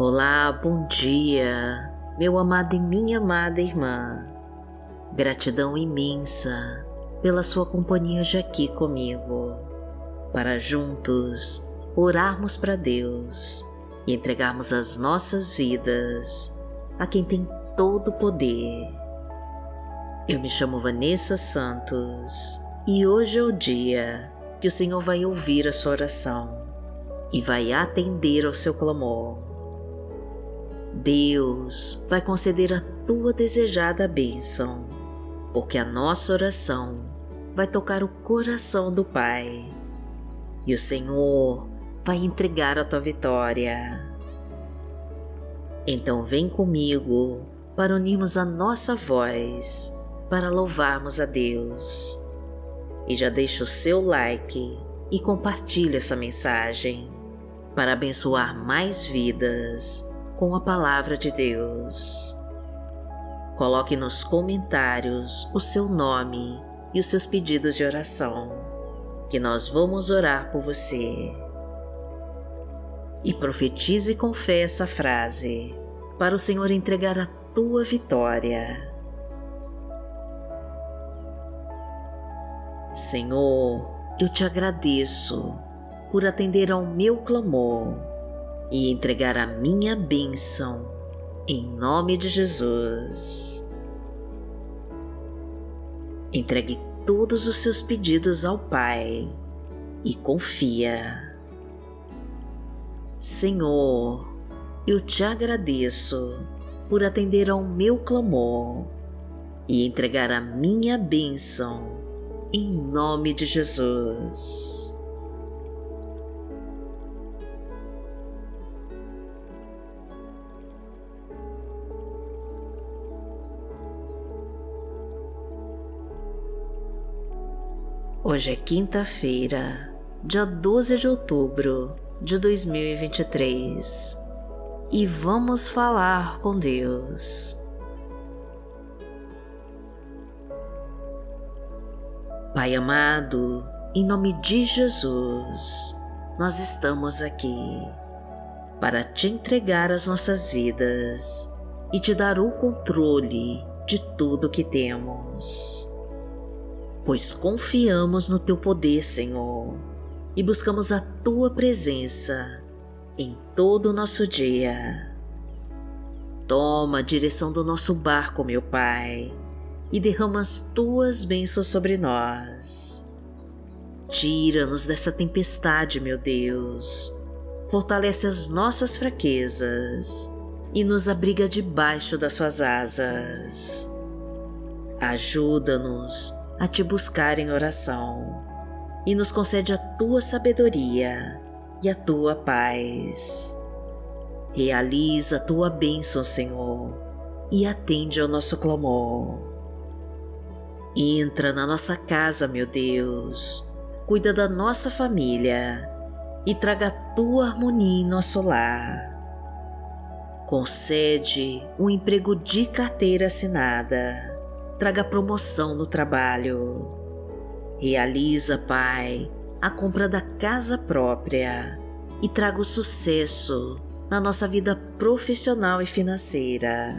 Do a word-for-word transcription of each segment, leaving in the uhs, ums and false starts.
Olá, bom dia, meu amado e minha amada irmã. Gratidão imensa pela sua companhia hoje aqui comigo, para juntos orarmos para Deus e entregarmos as nossas vidas a quem tem todo o poder. Eu me chamo Vanessa Santos e hoje é o dia que o Senhor vai ouvir a sua oração e vai atender ao seu clamor. Deus vai conceder a tua desejada bênção, porque a nossa oração vai tocar o coração do Pai e o Senhor vai entregar a tua vitória. Então vem comigo para unirmos a nossa voz para louvarmos a Deus. E já deixa o seu like e compartilha essa mensagem para abençoar mais vidas com a palavra de Deus. Coloque nos comentários o seu nome e os seus pedidos de oração, que nós vamos orar por você. E profetize com fé essa frase, para o Senhor entregar a tua vitória. Senhor, eu te agradeço por atender ao meu clamor e entregar a minha bênção, em nome de Jesus. Entregue todos os seus pedidos ao Pai e confia. Senhor, eu te agradeço por atender ao meu clamor e entregar a minha bênção, em nome de Jesus. Hoje é quinta-feira, dia doze de outubro de dois mil e vinte e três, e vamos falar com Deus. Pai amado, em nome de Jesus, nós estamos aqui para te entregar as nossas vidas e te dar o controle de tudo que temos. Pois confiamos no teu poder, Senhor, e buscamos a tua presença em todo o nosso dia. Toma a direção do nosso barco, meu Pai, e derrama as tuas bênçãos sobre nós. Tira-nos dessa tempestade, meu Deus. Fortalece as nossas fraquezas e nos abriga debaixo das suas asas. Ajuda-nos a te buscar em oração e nos concede a tua sabedoria e a tua paz. Realiza a tua bênção, Senhor, e atende ao nosso clamor. Entra na nossa casa, meu Deus, cuida da nossa família e traga a tua harmonia em nosso lar. Concede um emprego de carteira assinada. Traga promoção no trabalho. Realiza, Pai, a compra da casa própria e traga o sucesso na nossa vida profissional e financeira.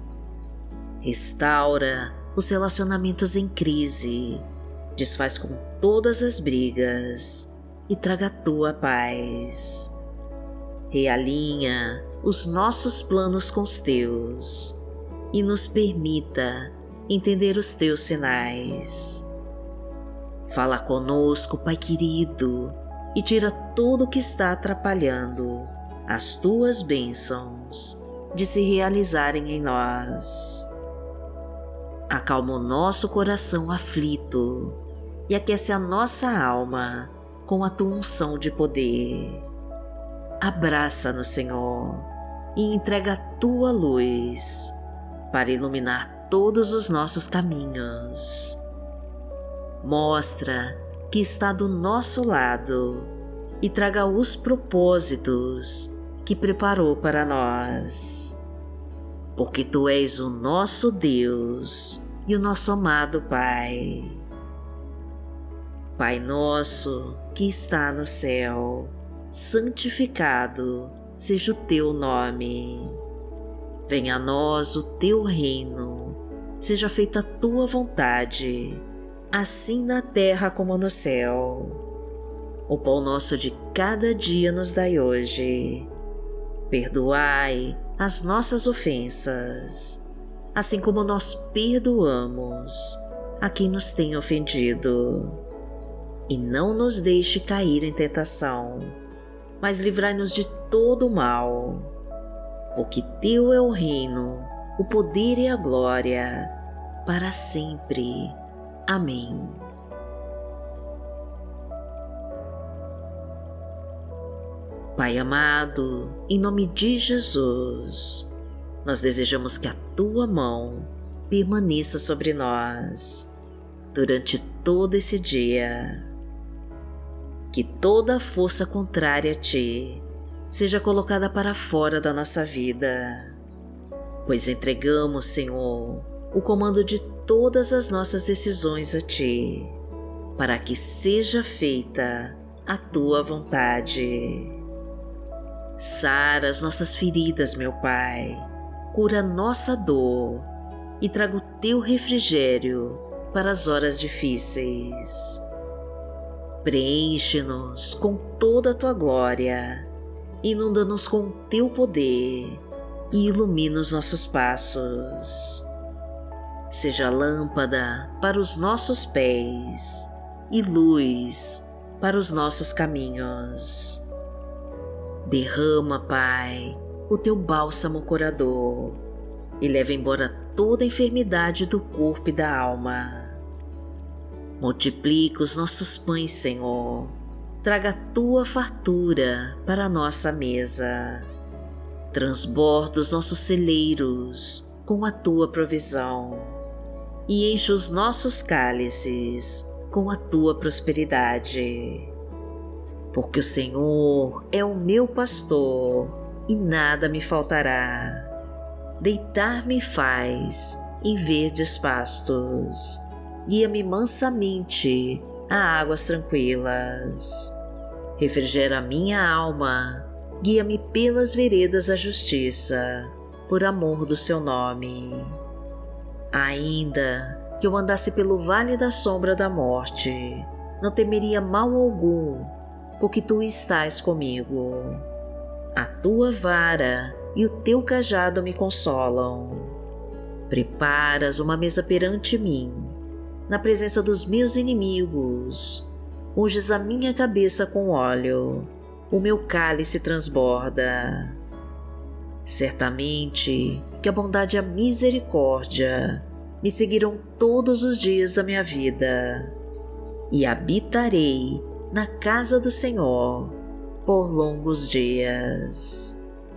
Restaura os relacionamentos em crise, desfaz com todas as brigas e traga a tua paz. Realinha os nossos planos com os teus e nos permita entender os teus sinais. Fala conosco, Pai querido, e tira tudo o que está atrapalhando as tuas bênçãos de se realizarem em nós. Acalma o nosso coração aflito e aquece a nossa alma com a tua unção de poder. Abraça-nos, Senhor, e entrega a tua luz para iluminar todos os nossos caminhos. Mostra que está do nosso lado e traga os propósitos que preparou para nós. Porque tu és o nosso Deus e o nosso amado Pai. Pai nosso que está no céu, santificado seja o teu nome. Venha a nós o teu reino, seja feita a tua vontade, assim na terra como no céu. O pão nosso de cada dia nos dai hoje. Perdoai as nossas ofensas, assim como nós perdoamos a quem nos tem ofendido. E não nos deixe cair em tentação, mas livrai-nos de todo o mal. Porque teu é o reino, o poder e a glória, para sempre. Amém. Pai amado, em nome de Jesus, nós desejamos que a tua mão permaneça sobre nós durante todo esse dia. Que toda força contrária a ti seja colocada para fora da nossa vida, pois entregamos, Senhor, o comando de todas as nossas decisões a ti, para que seja feita a tua vontade. Sara as nossas feridas, meu Pai, cura a nossa dor e traga o teu refrigério para as horas difíceis. Preenche-nos com toda a tua glória, inunda-nos com o teu poder e ilumina os nossos passos. Seja lâmpada para os nossos pés e luz para os nossos caminhos. Derrama, Pai, o teu bálsamo curador e leva embora toda a enfermidade do corpo e da alma. Multiplica os nossos pães, Senhor. Traga a tua fartura para a nossa mesa. Transborda os nossos celeiros com a tua provisão e enche os nossos cálices com a tua prosperidade. Porque o Senhor é o meu pastor e nada me faltará. Deitar-me faz em verdes pastos, guia-me mansamente a águas tranquilas. Refrigera a minha alma, guia-me pelas veredas da justiça, por amor do seu nome. Ainda que eu andasse pelo vale da sombra da morte, não temeria mal algum, porque tu estás comigo. A tua vara e o teu cajado me consolam. Preparas uma mesa perante mim, na presença dos meus inimigos. Unges a minha cabeça com óleo, o meu cálice transborda. Certamente que a bondade e a misericórdia me seguirão todos os dias da minha vida, e habitarei na casa do Senhor por longos dias.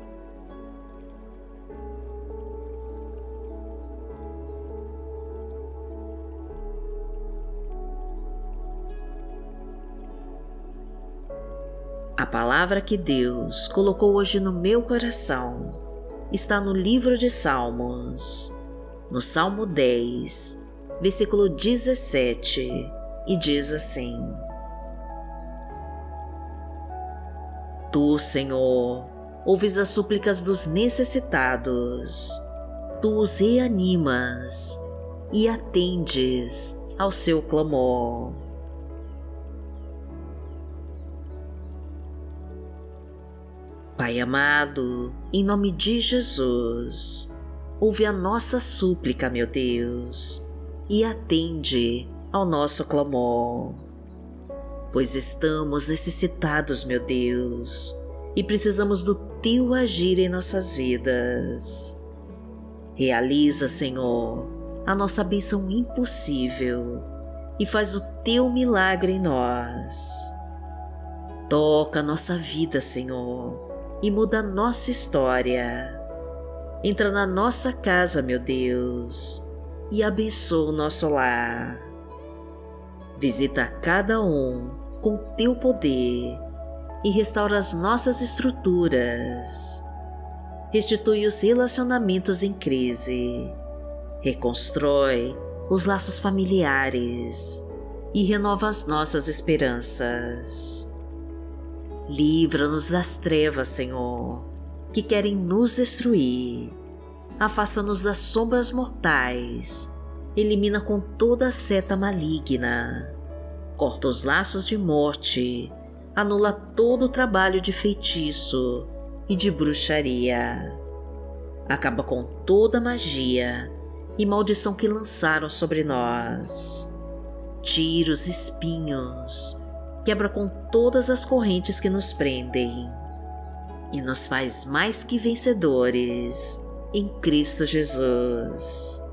A palavra que Deus colocou hoje no meu coração está no livro de Salmos, no Salmo dez, versículo dezessete, e diz assim: Tu, Senhor, ouves as súplicas dos necessitados, tu os reanimas e atendes ao seu clamor. Pai amado, em nome de Jesus, ouve a nossa súplica, meu Deus, e atende ao nosso clamor. Pois estamos necessitados, meu Deus, e precisamos do teu agir em nossas vidas. Realiza, Senhor, a nossa bênção impossível e faz o teu milagre em nós. Toca a nossa vida, Senhor, e muda a nossa história. Entra na nossa casa, meu Deus, e abençoa o nosso lar. Visita cada um com teu poder e restaura as nossas estruturas. Restitui os relacionamentos em crise. Reconstrói os laços familiares e renova as nossas esperanças. Livra-nos das trevas, Senhor, que querem nos destruir. Afasta-nos das sombras mortais. Elimina com toda a seta maligna. Corta os laços de morte. Anula todo o trabalho de feitiço e de bruxaria. Acaba com toda a magia e maldição que lançaram sobre nós. Tira os espinhos. Quebra com todas as correntes que nos prendem. E nos faz mais que vencedores em Cristo Jesus.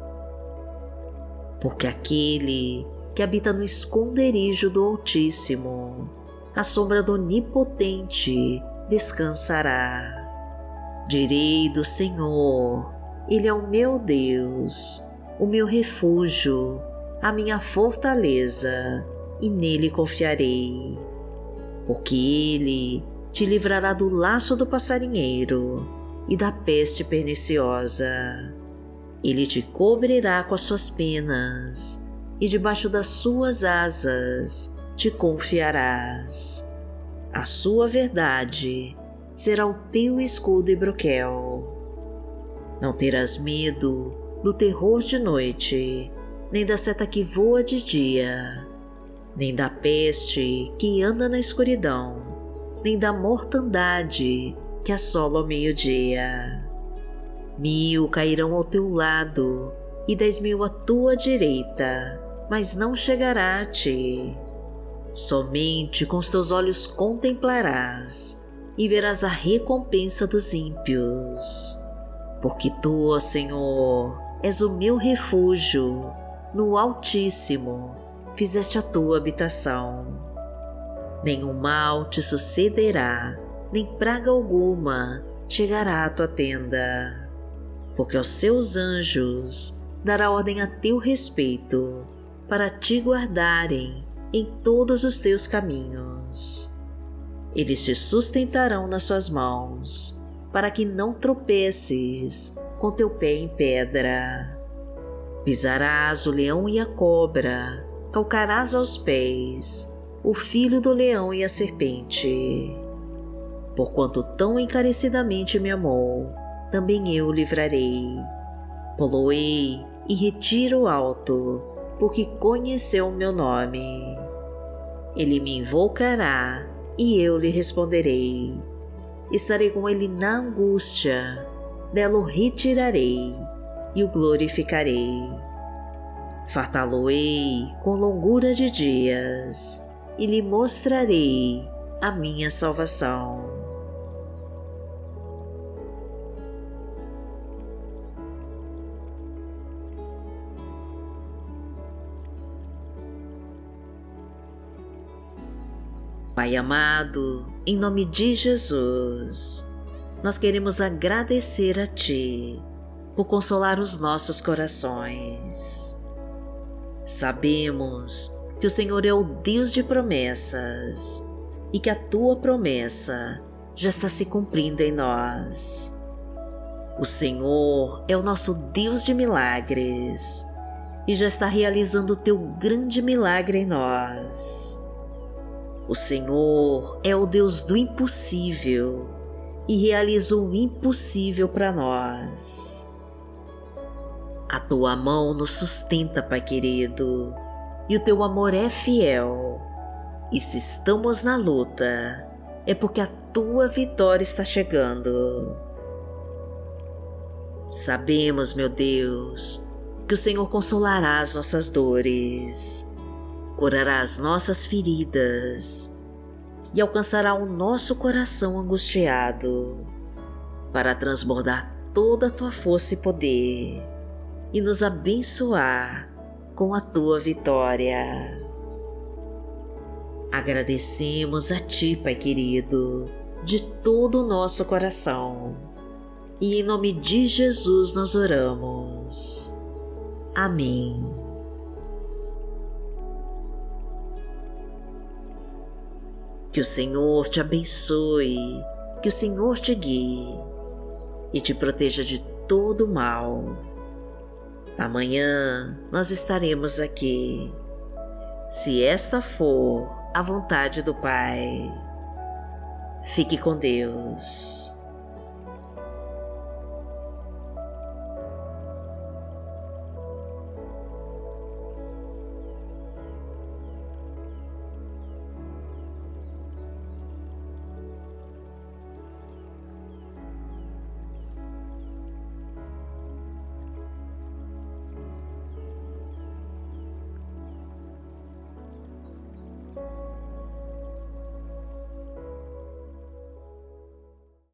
Porque aquele que habita no esconderijo do Altíssimo, à sombra do Onipotente, descansará. Direi do Senhor, Ele é o meu Deus, o meu refúgio, a minha fortaleza, e nele confiarei. Porque Ele te livrará do laço do passarinheiro e da peste perniciosa. Ele te cobrirá com as suas penas, e debaixo das suas asas te confiarás. A sua verdade será o teu escudo e broquel. Não terás medo do terror de noite, nem da seta que voa de dia, nem da peste que anda na escuridão, nem da mortandade que assola ao meio-dia. Mil cairão ao teu lado e dez mil à tua direita, mas não chegará a ti. Somente com os teus olhos contemplarás e verás a recompensa dos ímpios. Porque tu, ó Senhor, és o meu refúgio, no Altíssimo fizeste a tua habitação. Nenhum mal te sucederá, nem praga alguma chegará à tua tenda. Porque aos seus anjos dará ordem a teu respeito, para te guardarem em todos os teus caminhos. Eles te sustentarão nas suas mãos, para que não tropeces com teu pé em pedra. Pisarás o leão e a cobra, calcarás aos pés o filho do leão e a serpente. Porquanto tão encarecidamente me amou, também eu o livrarei. Poloei e retiro alto, porque conheceu o meu nome. Ele me invocará e eu lhe responderei. Estarei com ele na angústia, dela o retirarei e o glorificarei. Fartá-lo-ei com longura de dias e lhe mostrarei a minha salvação. Pai amado, em nome de Jesus, nós queremos agradecer a Ti por consolar os nossos corações. Sabemos que o Senhor é o Deus de promessas e que a Tua promessa já está se cumprindo em nós. O Senhor é o nosso Deus de milagres e já está realizando o Teu grande milagre em nós. O Senhor é o Deus do impossível e realiza o impossível para nós. A Tua mão nos sustenta, Pai querido, e o Teu amor é fiel. E se estamos na luta, é porque a Tua vitória está chegando. Sabemos, meu Deus, que o Senhor consolará as nossas dores, curará as nossas feridas e alcançará o nosso coração angustiado para transbordar toda a Tua força e poder e nos abençoar com a Tua vitória. Agradecemos a Ti, Pai querido, de todo o nosso coração, e em nome de Jesus nós oramos. Amém. Que o Senhor te abençoe, que o Senhor te guie e te proteja de todo o mal. Amanhã nós estaremos aqui, se esta for a vontade do Pai. Fique com Deus.